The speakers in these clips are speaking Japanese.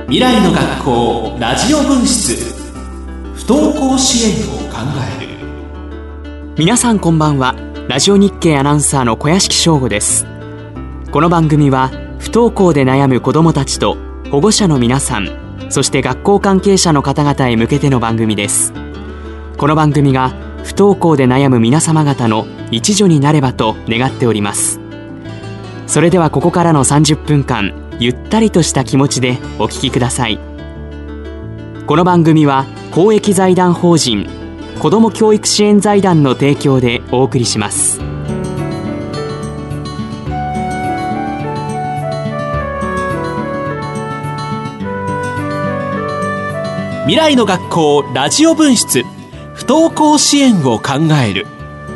未来の学校ラジオ分室、不登校支援を考える。 皆さんこんばんは。ラジオ日経アナウンサーの小屋敷翔吾です。この番組は不登校で悩む子どもたちと保護者の皆さん、そして学校関係者の方々へ向けての番組です。この番組が不登校で悩む皆様方の一助になればと願っております。それではここからの30分間、ゆったりとした気持ちでお聞きください。この番組は公益財団法人子ども教育支援財団の提供でお送りします。 未来の学校ラジオ分室、不登校支援を考える。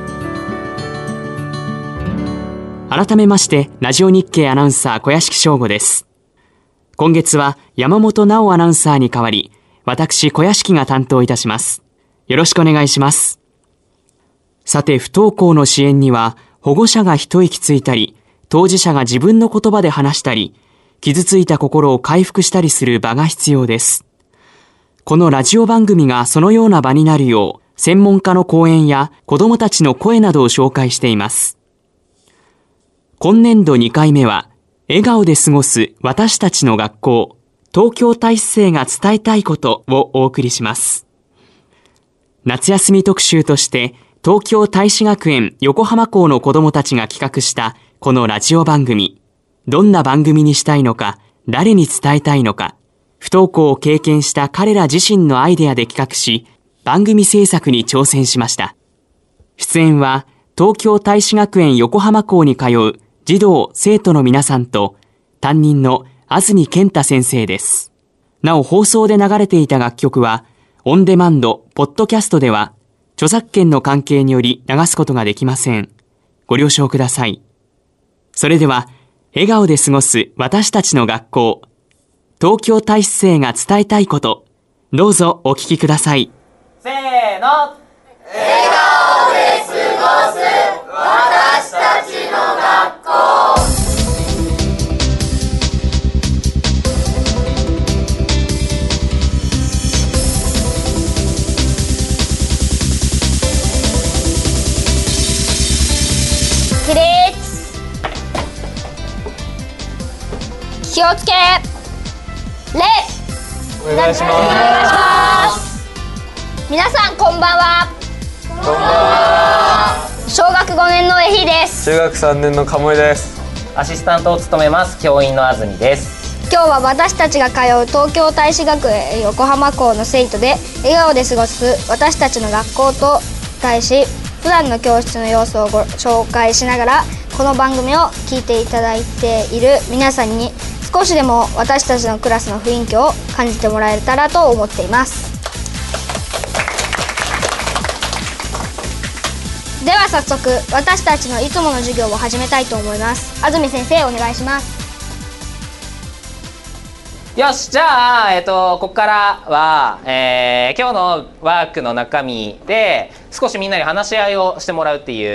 改めましてラジオ日経アナウンサー小屋敷翔吾です。今月は山本直アナウンサーに代わり、私小屋敷が担当いたします。よろしくお願いします。さて、不登校の支援には保護者が一息ついたり、当事者が自分の言葉で話したり、傷ついた心を回復したりする場が必要です。このラジオ番組がそのような場になるよう、専門家の講演や子どもたちの声などを紹介しています。今年度2回目は、笑顔で過ごす私たちの学校、東京大使生が伝えたいことをお送りします。夏休み特集として、東京大使学園横浜校の子どもたちが企画したこのラジオ番組、どんな番組にしたいのか、誰に伝えたいのか、不登校を経験した彼ら自身のアイデアで企画し、番組制作に挑戦しました。出演は、東京大使学園横浜校に通う児童・生徒の皆さんと、担任の安住健太先生です。なお、放送で流れていた楽曲は、オンデマンド、ポッドキャストでは、著作権の関係により流すことができません。ご了承ください。それでは、笑顔で過ごす私たちの学校、東京大使生が伝えたいこと、どうぞお聞きください。 せーの。 笑顔で過ごす私たちの学校。 起立。気をつけ。礼。 お願いします。 お願いします。皆さんこんばんは。 こんばんは。 小学5年のえひです。 中学3年の鴨井です。 アシスタントを務めます教員の安住です。 今日は私たちが通う東京大使学園横浜校の生徒で笑顔で過ごす私たちの学校と題し、普段の教室の様子をご紹介しながら、この番組を聞いていただいている皆さんに少しでも私たちのクラスの雰囲気を感じてもらえたらと思っています。では早速、私たちのいつもの授業を始めたいと思います。安住先生、お願いします。 よし、じゃあ、ここからは、今日のワークの中身で少しみんなに話し合いをしてもらうっていう、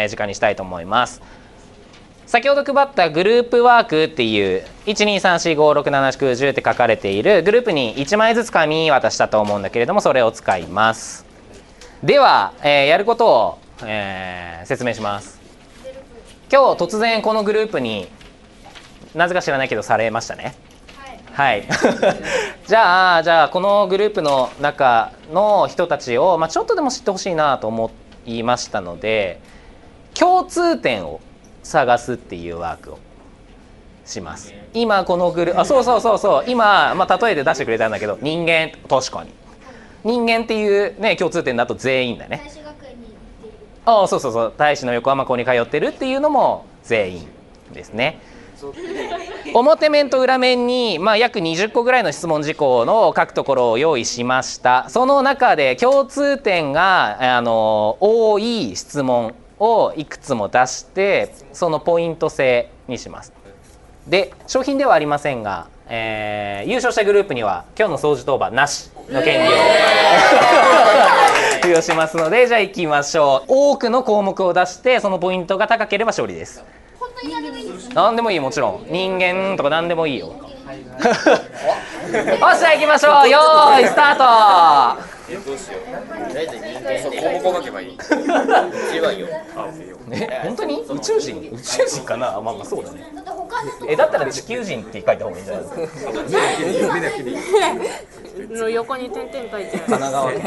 時間にしたいと思います。先ほど配ったグループワークっていう 1,2,3,4,5,6,7,8,9,10 って書かれているグループに1枚ずつ紙渡したと思うんだけれども、それを使います。では、やることを、説明します。今日突然このグループになぜか知らないけどされましたね。はい、じゃあこのグループの中の人たちを、ちょっとでも知ってほしいなと思いましたので、共通点を探すっていうワークをします。今このグループ、そう今、例えで出してくれたんだけど、人間、確かに人間っていうね共通点だと全員だね。そう大使の横浜校に通ってるっていうのも全員ですね。表面と裏面に、約20個ぐらいの質問事項の書くところを用意しました。その中で共通点が多い質問をいくつも出して、そのポイント制にします。で、商品ではありませんが、優勝したグループには今日の掃除当番なしの権利を付与しますので、じゃあ行きましょう。多くの項目を出してそのポイントが高ければ勝利です。 何でもいい、もちろん人間とか何でもいいよ。よっしゃ行きましょう。よーいスタート。 どうしよう。そう、項目を書けばいい。一番よ。 本当に宇宙人かな。まあそうだね。だったら地球人って書いた方がいいんじゃないですか。 の横に点々書いて神奈川県。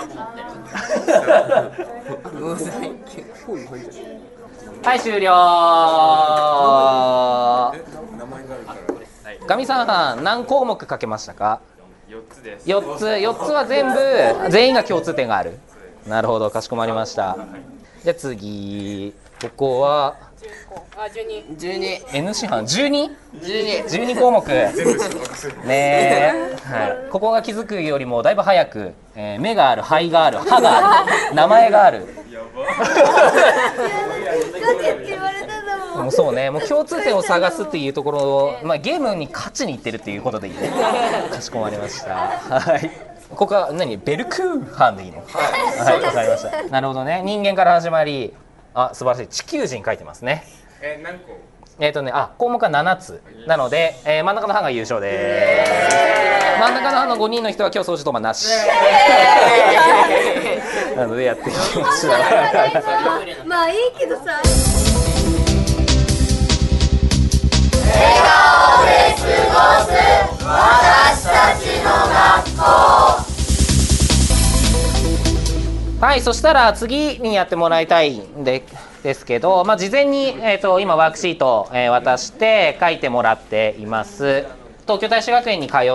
はい、終了。ガミさん、何項目書けましたか？4つです。4つは全員が共通点がある。なるほど、かしこまりました。じゃあ次、ここは12 N 師範12項目ねえ、はい、ここが気づくよりもだいぶ早く、目がある、肺がある、歯がある、名前がある。もうそうね、もう共通点を探すっていうところを、まあ、ゲームに勝ちにいってるっていうことでいいね。かしこまりました。はい、ここは何、ベルクーハンでいいの？はい、わかりました。なるほどね、人間から始まり、素晴らしい、地球人書いてますね。 何個？ 項目は7つなので、真ん中の班が優勝です。真ん中の班の5人の人は今日掃除当番なしなのでやっていきましょう。 まあいいけどさ。 笑顔で過ごす私たちの学校。 はい、そしたら次にやってもらいたいんですけど、まあ、事前に、今ワークシート、渡して書いてもらっています。東京大使学園に通って、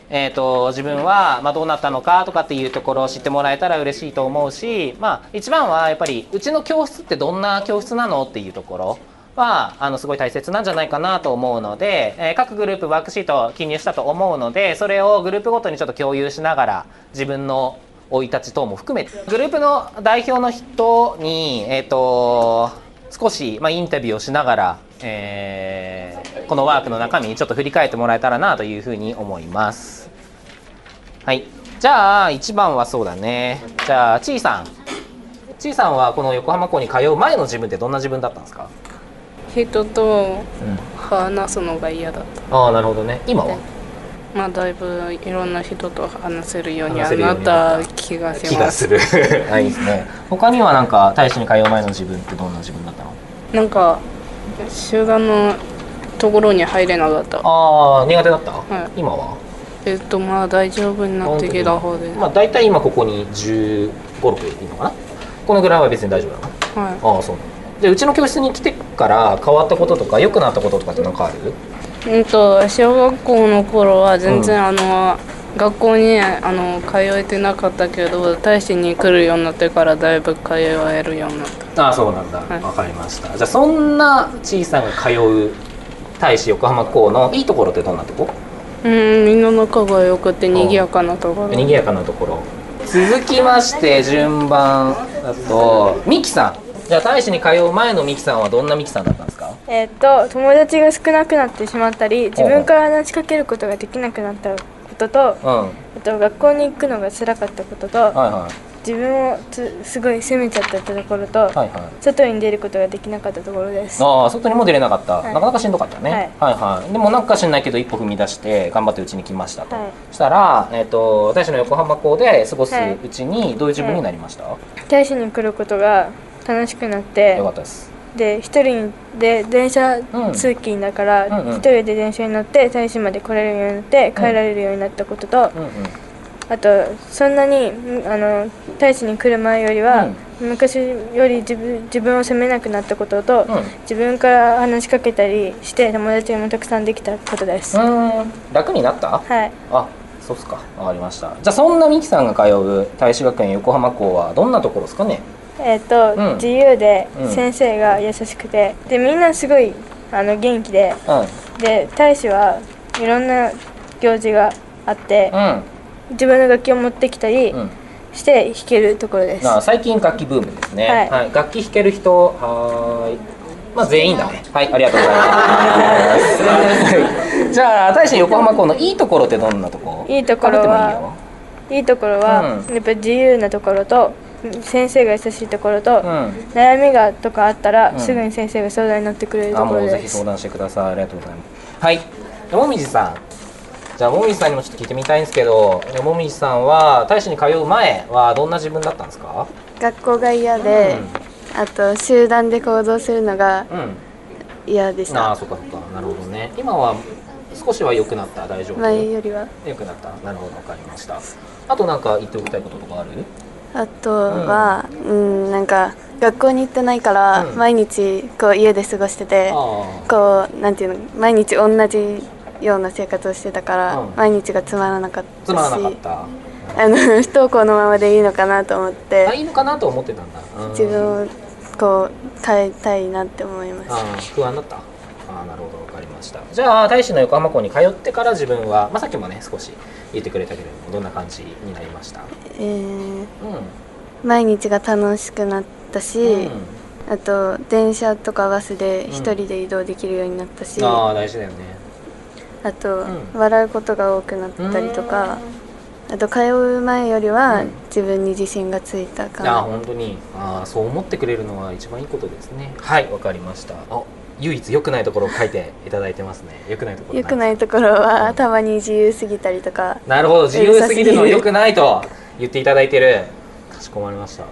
自分は、どうなったのかとかっていうところを知ってもらえたら嬉しいと思うし、一番はやっぱりうちの教室ってどんな教室なのっていうところはすごい大切なんじゃないかなと思うので、各グループワークシートを記入したと思うので、それをグループごとにちょっと共有しながら自分の生い立ち等も含めてグループの代表の人に、少し、インタビューをしながら、このワークの中身ちょっと振り返ってもらえたらなというふうに思います。はい、じゃあ1番はそうだね。じゃあちいさんはこの横浜校に通う前の自分ってどんな自分だったんですか？ 人と話すのが嫌だった。 ああ、なるほどね。今はだいぶいろんな人と話せるようになった気がします。 いいですね。他にはなんか大使に通う前の自分ってどんな自分だったの？ なんか集団のところに入れなかった。 ああ、苦手だった？ はい。 今は？ 大丈夫になってきた方で。 だいたい今ここに15、6いいのかな？このぐらいは別に大丈夫なの？ はい。 ああ、そう。で、うちの教室に来てから変わったこととか良くなったこととかって何かある？ 小学校の頃は全然、学校に通えてなかったけど、大使に来るようになってからだいぶ通えるようになった。 ああ、そうなんだ。 はい、 わかりました。じゃあそんなちいさんが通う大使横浜校のいいところってどんなとこ？ みんな仲が良くて賑やかなところ。 賑やかなところ。続きまして順番だとミキさん。じゃあ大使に通う前のミキさんはどんなミキさんだったんですか？ 友達が少なくなってしまったり、自分から話しかけることができなくなったことと、あと学校に行くのが辛かったことと、自分をすごい責めちゃったところと、外に出ることができなかったところです。 ああ、外にも出れなかった、なかなかしんどかったね。でもなんか知んないけど一歩踏み出して頑張ってうちに来ましたと、そしたら、大使の横浜校で過ごすうちにどういう自分になりました？ 大使に来ることが楽しくなって、 よかったです。 で一人で電車通勤だから、一人で電車に乗って大使まで来れるようになって帰られるようになったことと、あとそんなに大使に来る前よりは、昔より自分を責めなくなったことと、自分から話しかけたりして友達もたくさんできたことです。 楽になった？ はい。 あ、そうっすか。わかりました。じゃあそんなミキさんが通う大使学園横浜校はどんなところですかね？ 自由で先生が優しくて、でみんなすごい元気で、で大使はいろんな行事があって、自分の楽器を持ってきたりして弾けるところです。 最近楽器ブームですね。楽器弾ける人、全員だね。はい、ありがとうございます。じゃあ大使横浜校のいいところってどんなところ？ いいところはやっぱ自由なところと、 先生が優しいところと、悩みがとかあったら、すぐに先生が相談に乗ってくれるところです。 もうぜひ相談してください。ありがとうございます。はい、もみじさん、じゃあもみじさんにもちょっと聞いてみたいんですけど、もみじさんは大使に通う前はどんな自分だったんですか？ 学校が嫌で、あと集団で行動するのが嫌でした。 そうかそうか、なるほどね。今は少しは良くなった？大丈夫？ 前よりは良くなった。なるほど、分かりました。あとなんか言っておきたいこととかある？ あとは、なんか学校に行ってないから、毎日こう家で過ごしてて、こうなんていうの、毎日同じような生活をしてたから、毎日がつまらなかったし、不登校のままでいいのかなと思って、 いいのかなと思ってたんだ。 自分をこう変えたいなって思います。 不安だった。なるほど、分かりました。じゃあ大使の横浜校に通ってから自分は、さっきもね少し言ってくれたけれども、どんな感じになりました？ 毎日が楽しくなったし、あと電車とかバスで一人で移動できるようになったし、 大事だよね。 あと、笑うことが多くなったりとか、あと通う前よりは自分に自信がついたかな。 本当にそう思ってくれるのは一番いいことですね。はい、わかりました。唯一良くないところを書いていただいてますね。良くないところ。 良くないところは、たまに自由すぎたりとか。 なるほど、自由すぎるのは良くないと言っていただいてる。かしこまりました。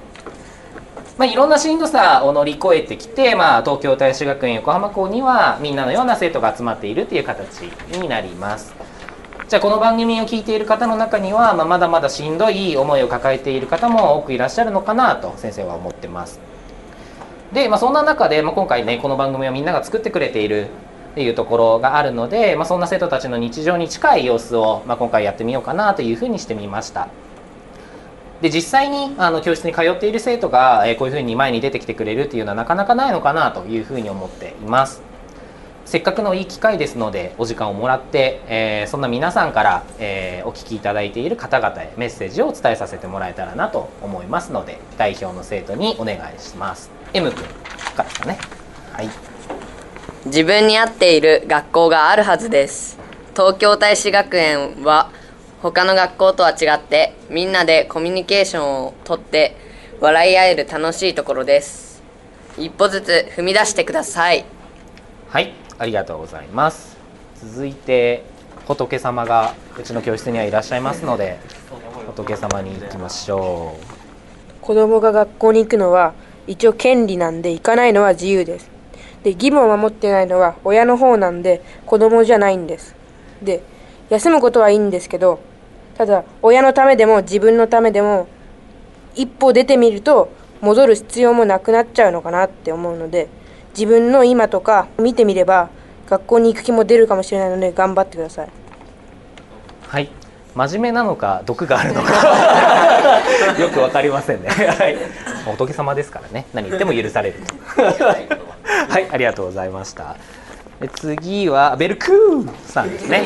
いろんなしんどさを乗り越えてきて、東京大使学園横浜校にはみんなのような生徒が集まっているという形になります。じゃあこの番組を聞いている方の中には、まだまだしんどい思いを抱えている方も多くいらっしゃるのかなと先生は思ってます。で、そんな中で、今回ねこの番組をみんなが作ってくれているっていうところがあるので、そんな生徒たちの日常に近い様子を、今回やってみようかなというふうにしてみました。で、実際に教室に通っている生徒が、こういうふうに前に出てきてくれるっていうのはなかなかないのかなというふうに思っています。せっかくのいい機会ですのでお時間をもらって、そんな皆さんから、お聞きいただいている方々へメッセージをお伝えさせてもらえたらなと思いますので、代表の生徒にお願いします。M 君からですかね。はい。 自分に合っている学校があるはずです。東京大使学園は他の学校とは違ってみんなでコミュニケーションをとって笑い合える楽しいところです。一歩ずつ踏み出してください。 はい、ありがとうございます。続いて仏様がうちの教室にはいらっしゃいますので、仏様に行きましょう。 子供が学校に行くのは一応権利なんで、行かないのは自由です。で、義務を守ってないのは親の方なんで、子供じゃないんです。で、休むことはいいんですけど、ただ親のためでも自分のためでも一歩出てみると戻る必要もなくなっちゃうのかなって思うので、自分の今とか見てみれば学校に行く気も出るかもしれないので頑張ってください。 はい、真面目なのか毒があるのかよくわかりませんね。はい、仏様ですからね、何言っても許されるとはい、ありがとうございました。次はベルクーさんですね。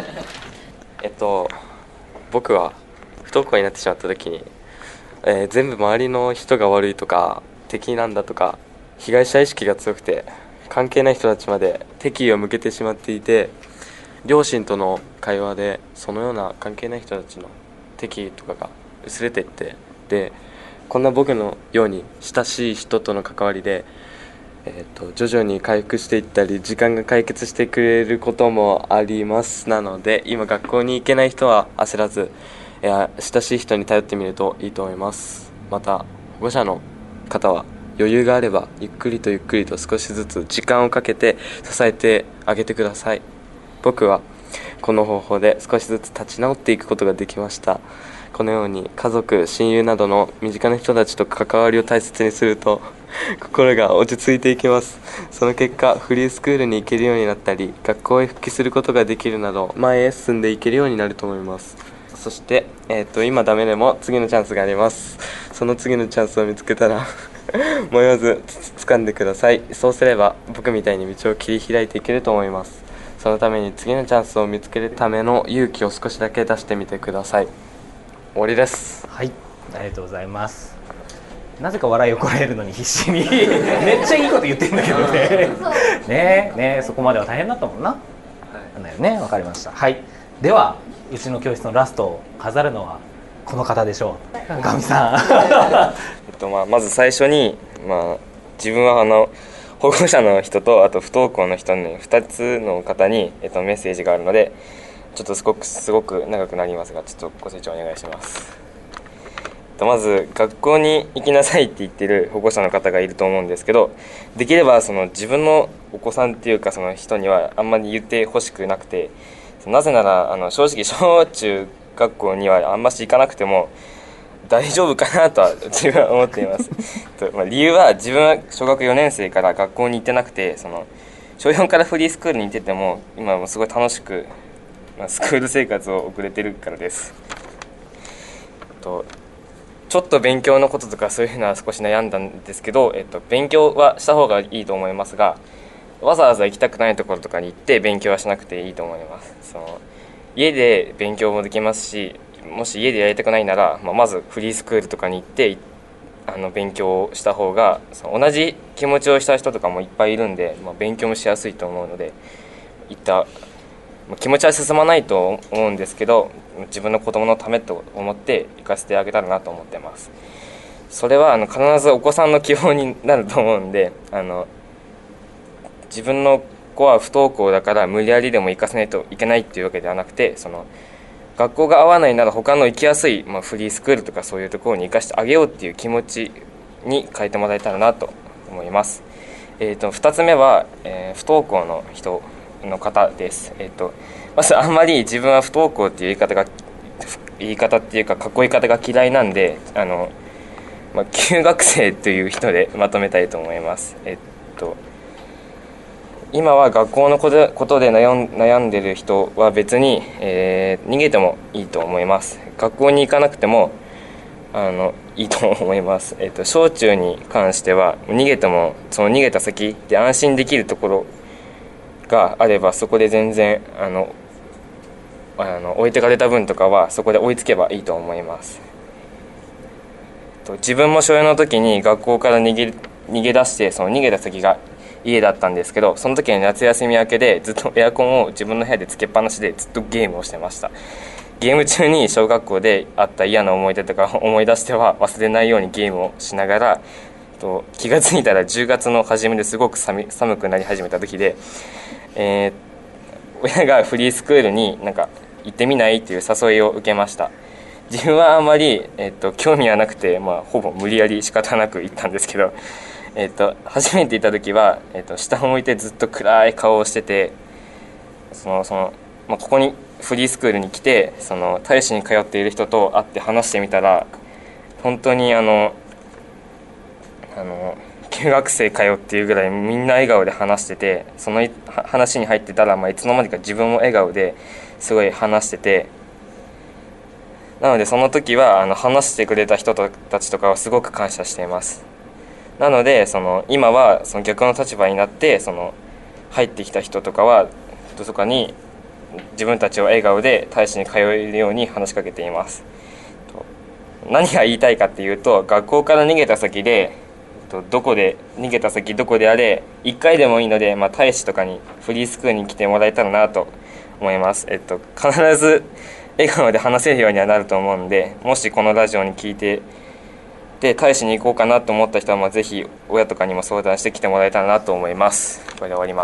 僕は不登校になってしまった時に、全部周りの人が悪いとか敵なんだとか被害者意識が強くて、関係ない人たちまで敵意を向けてしまっていて、両親との会話でそのような関係ない人たちの敵意とかが薄れていって、でこんな僕のように親しい人との関わりで、徐々に回復していったり時間が解決してくれることもあります。なので今学校に行けない人は焦らず、親しい人に頼ってみるといいと思います。また保護者の方は余裕があればゆっくりと少しずつ時間をかけて支えてあげてください。僕はこの方法で少しずつ立ち直っていくことができました。このように家族、親友などの身近な人たちと関わりを大切にすると心が落ち着いていきます。その結果フリースクールに行けるようになったり、学校へ復帰することができるなど前へ進んでいけるようになると思います。そして、今ダメでも次のチャンスがあります。その次のチャンスを見つけたら迷わず掴んでください。そうすれば僕みたいに道を切り開いていけると思います。そのために次のチャンスを見つけるための勇気を少しだけ出してみてください。終わりです。 はい、ありがとうございます。なぜか笑いをこらえるのに必死にめっちゃいいこと言ってるんだけどねね、そこまでは大変だったもんな、なんだよね。わかりました。はい、ではうちの教室のラストを飾るのはこの方でしょう。ガミさんまず最初に、自分は保護者の人とあと不登校の人に2つの方に、メッセージがあるので、ちょっとすごく長くなりますが、ちょっとご清聴お願いします。まず学校に行きなさいって言ってる保護者の方がいると思うんですけど、できれば自分のお子さんっていうかその人にはあんまり言ってほしくなくて、なぜなら正直小中学校にはあんまし行かなくても大丈夫かなとは自分は思っています理由は、自分は小学4年生から学校に行ってなくて、小4からフリースクールに行ってても今もすごい楽しく、スクール生活を送れてるからです。ちょっと勉強のこととかそういうのは少し悩んだんですけど、勉強はした方がいいと思いますが、わざわざ行きたくないところとかに行って勉強はしなくていいと思います。家で勉強もできますし、もし家でやりたくないなら、まずフリースクールとかに行って勉強をした方が、同じ気持ちをした人とかもいっぱいいるんで、勉強もしやすいと思うので、気持ちは進まないと思うんですけど、自分の子供のためと思って行かせてあげたらなと思ってます。それは必ずお子さんの希望になると思うんで、自分の子は不登校だから無理やりでも行かせないといけないっていうわけではなくて、学校が合わないなら他の行きやすい、フリースクールとかそういうところに行かせてあげようっていう気持ちに変えてもらえたらなと思います。2つ目は、不登校の人の方です。まずあんまり自分は不登校っていう言い方っていうか囲い方が嫌いなんで、休学生という人でまとめたいと思います。今は学校のことで悩んでる人は別に、逃げてもいいと思います。学校に行かなくてもいいと思います。小中に関しては逃げてもその逃げた先で安心できるところがあれば、そこで全然置いてかれた分とかはそこで追いつけばいいと思います。自分も小4の時に学校から逃げ出して、その逃げた先が家だったんですけど、その時に夏休み明けでずっとエアコンを自分の部屋でつけっぱなしでずっとゲームをしてました。ゲーム中に小学校であった嫌な思い出とか思い出しては忘れないようにゲームをしながら、気がついたら10月の初めですごく寒くなり始めた時で、親がフリースクールに行ってみないっていう誘いを受けました。自分はあんまり、興味はなくて、ほぼ無理やり仕方なく行ったんですけど、初めて行った時は、下を向いてずっと暗い顔をしてて、ここにフリースクールに来て大使に通っている人と会って話してみたら、本当に休学生かよっていうぐらいみんな笑顔で話してて、その話に入ってたら、いつの間にか自分も笑顔ですごい話してて、なのでその時は話してくれた人たちとかはすごく感謝しています。なので今は逆の立場になって、入ってきた人とかはどこかに自分たちを笑顔で大使に通えるように話しかけています。何が言いたいかっていうと、学校から逃げた先でどこであれ1回でもいいので、大使とかにフリースクールに来てもらえたらなと思います。必ず笑顔で話せるようにはなると思うんで、もしこのラジオに聞いてで大使に行こうかなと思った人は、ぜひ親とかにも相談してきてもらえたらなと思います。これで終わります。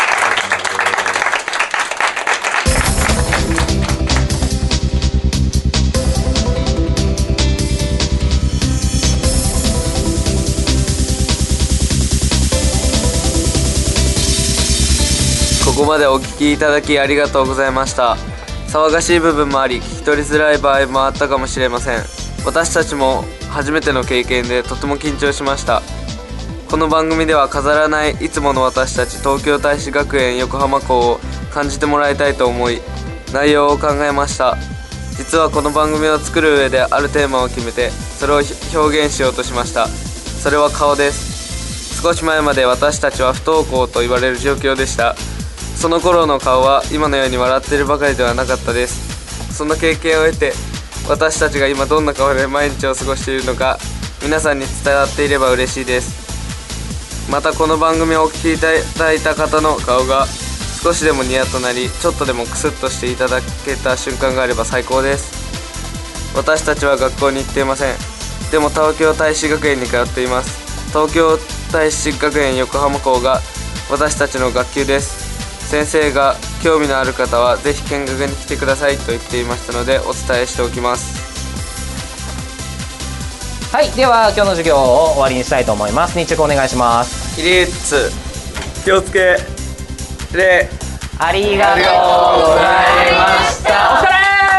ここまでお聞きいただきありがとうございました。騒がしい部分もあり、聞き取りづらい場合もあったかもしれません。私たちも初めての経験でとても緊張しました。この番組では飾らないいつもの私たち東京大使学園横浜校を感じてもらいたいと思い、内容を考えました。実はこの番組を作る上であるテーマを決めて、それを表現しようとしました。それは顔です。少し前まで私たちは不登校と言われる状況でした。その頃の顔は今のように笑っているばかりではなかったです。そんな経験を得て、私たちが今どんな顔で毎日を過ごしているのか、皆さんに伝わっていれば嬉しいです。またこの番組をお聞きいただいた方の顔が少しでもニヤとなり、ちょっとでもクスッとしていただけた瞬間があれば最高です。 私たちは学校に行っていません。でも東京大使学園に通っています。東京大使学園横浜校が私たちの学級です。先生が興味のある方はぜひ見学に来てくださいと言っていましたのでお伝えしておきます。 はい、では今日の授業を終わりにしたいと思います。日直お願いします。 起立、気をつけ、礼。 ありがとうございました。お疲れ。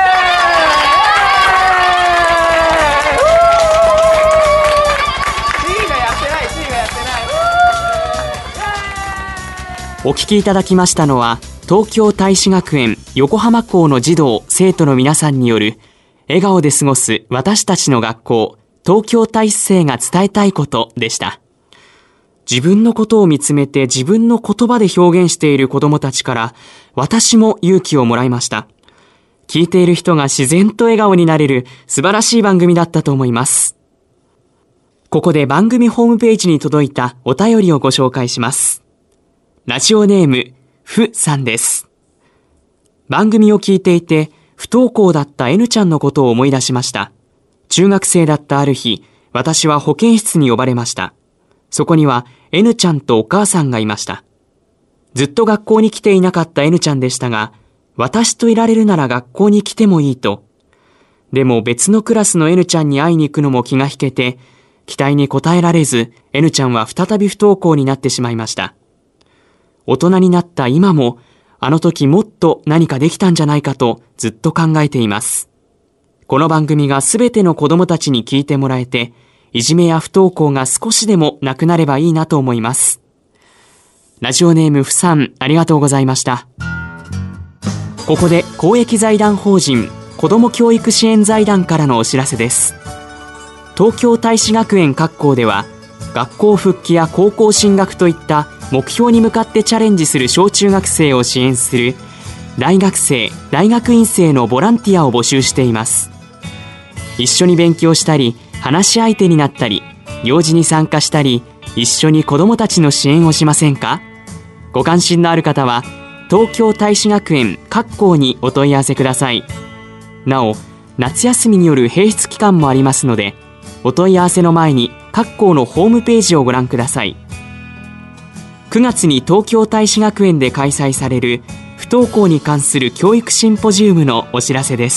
お聞きいただきましたのは、東京大使学園横浜校の児童生徒の皆さんによる笑顔で過ごす私たちの学校東京大使生が伝えたいことでした。自分のことを見つめて自分の言葉で表現している子どもたちから私も勇気をもらいました。聞いている人が自然と笑顔になれる素晴らしい番組だったと思います。ここで番組ホームページに届いたお便りをご紹介します。ラジオネーム、ふさんです。番組を聞いていて、不登校だった N ちゃんのことを思い出しました。中学生だったある日、私は保健室に呼ばれました。そこには N ちゃんとお母さんがいました。ずっと学校に来ていなかった N ちゃんでしたが、私といられるなら学校に来てもいいと。でも別のクラスの N ちゃんに会いに行くのも気が引けて、期待に応えられず、N ちゃんは再び不登校になってしまいました。大人になった今も、あの時もっと何かできたんじゃないかとずっと考えています。この番組がすべての子供たちに聞いてもらえて、いじめや不登校が少しでもなくなればいいなと思います。ラジオネームふさん、ありがとうございました。ここで公益財団法人子ども教育支援財団からのお知らせです。東京大使学園各校では、学校復帰や高校進学といった目標に向かってチャレンジする小中学生を支援する大学生・大学院生のボランティアを募集しています。一緒に勉強したり、話し相手になったり、行事に参加したり、一緒に子どもたちの支援をしませんか？ご関心のある方は東京大使学園各校にお問い合わせください。なお、夏休みによる閉室期間もありますので、お問い合わせの前に各校のホームページをご覧ください。9月に東京大使学園で開催される不登校に関する教育シンポジウムのお知らせです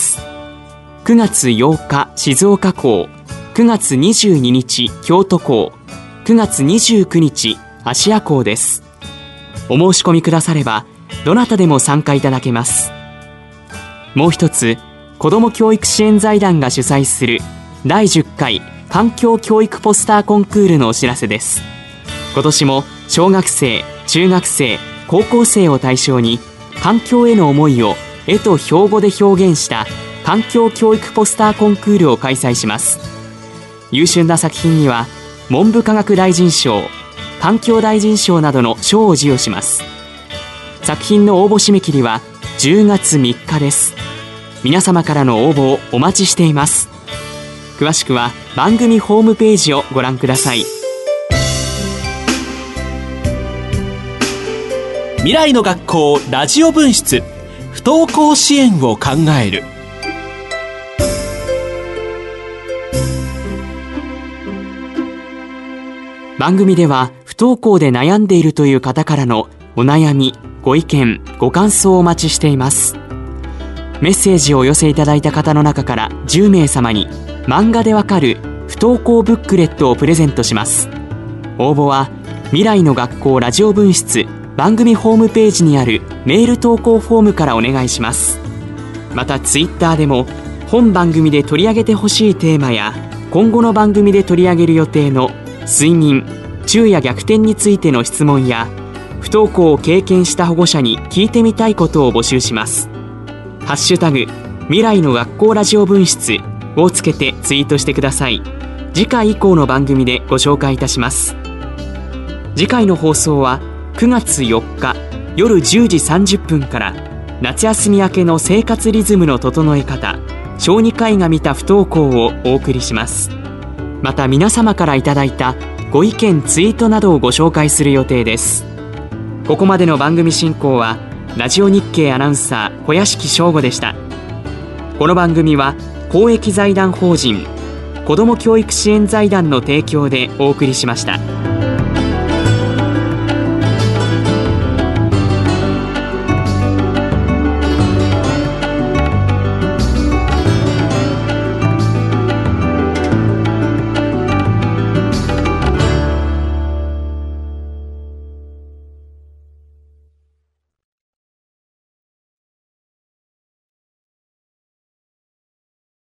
。9月8日静岡校、9月22日京都校、9月29日芦屋校です。お申し込みくださればどなたでも参加いただけます。もう一つ、子ども教育支援財団が主催する第10回環境教育ポスターコンクールのお知らせです。今年も小学生、中学生、高校生を対象に環境への思いを絵と標語で表現した環境教育ポスターコンクールを開催します。優秀な作品には文部科学大臣賞、環境大臣賞などの賞を授与します。作品の応募締め切りは10月3日です。皆様からの応募をお待ちしています。詳しくは番組ホームページをご覧ください。 未来の学校ラジオ分室、不登校支援を考える。 番組では不登校で悩んでいるという方からのお悩み、ご意見、ご感想をお待ちしています。メッセージをお寄せいただいた方の中から10名様に漫画でわかる不登校ブックレットをプレゼントします。応募は未来の学校ラジオ分室番組ホームページにあるメール投稿フォームからお願いします。またツイッターでも本番組で取り上げてほしいテーマや今後の番組で取り上げる予定の睡眠、昼夜逆転についての質問や不登校を経験した保護者に聞いてみたいことを募集します。ハッシュタグ未来の学校ラジオ分室をつけてツイートしてください。次回以降の番組でご紹介いたします。次回の放送は9月4日夜10時30分から夏休み明けの生活リズムの整え方、小児科医が見た不登校をお送りします。また皆様からいただいたご意見ツイートなどをご紹介する予定です。ここまでの番組進行はラジオ日経アナウンサー小屋敷翔吾でした。この番組は公益財団法人子ども教育支援財団の提供でお送りしました。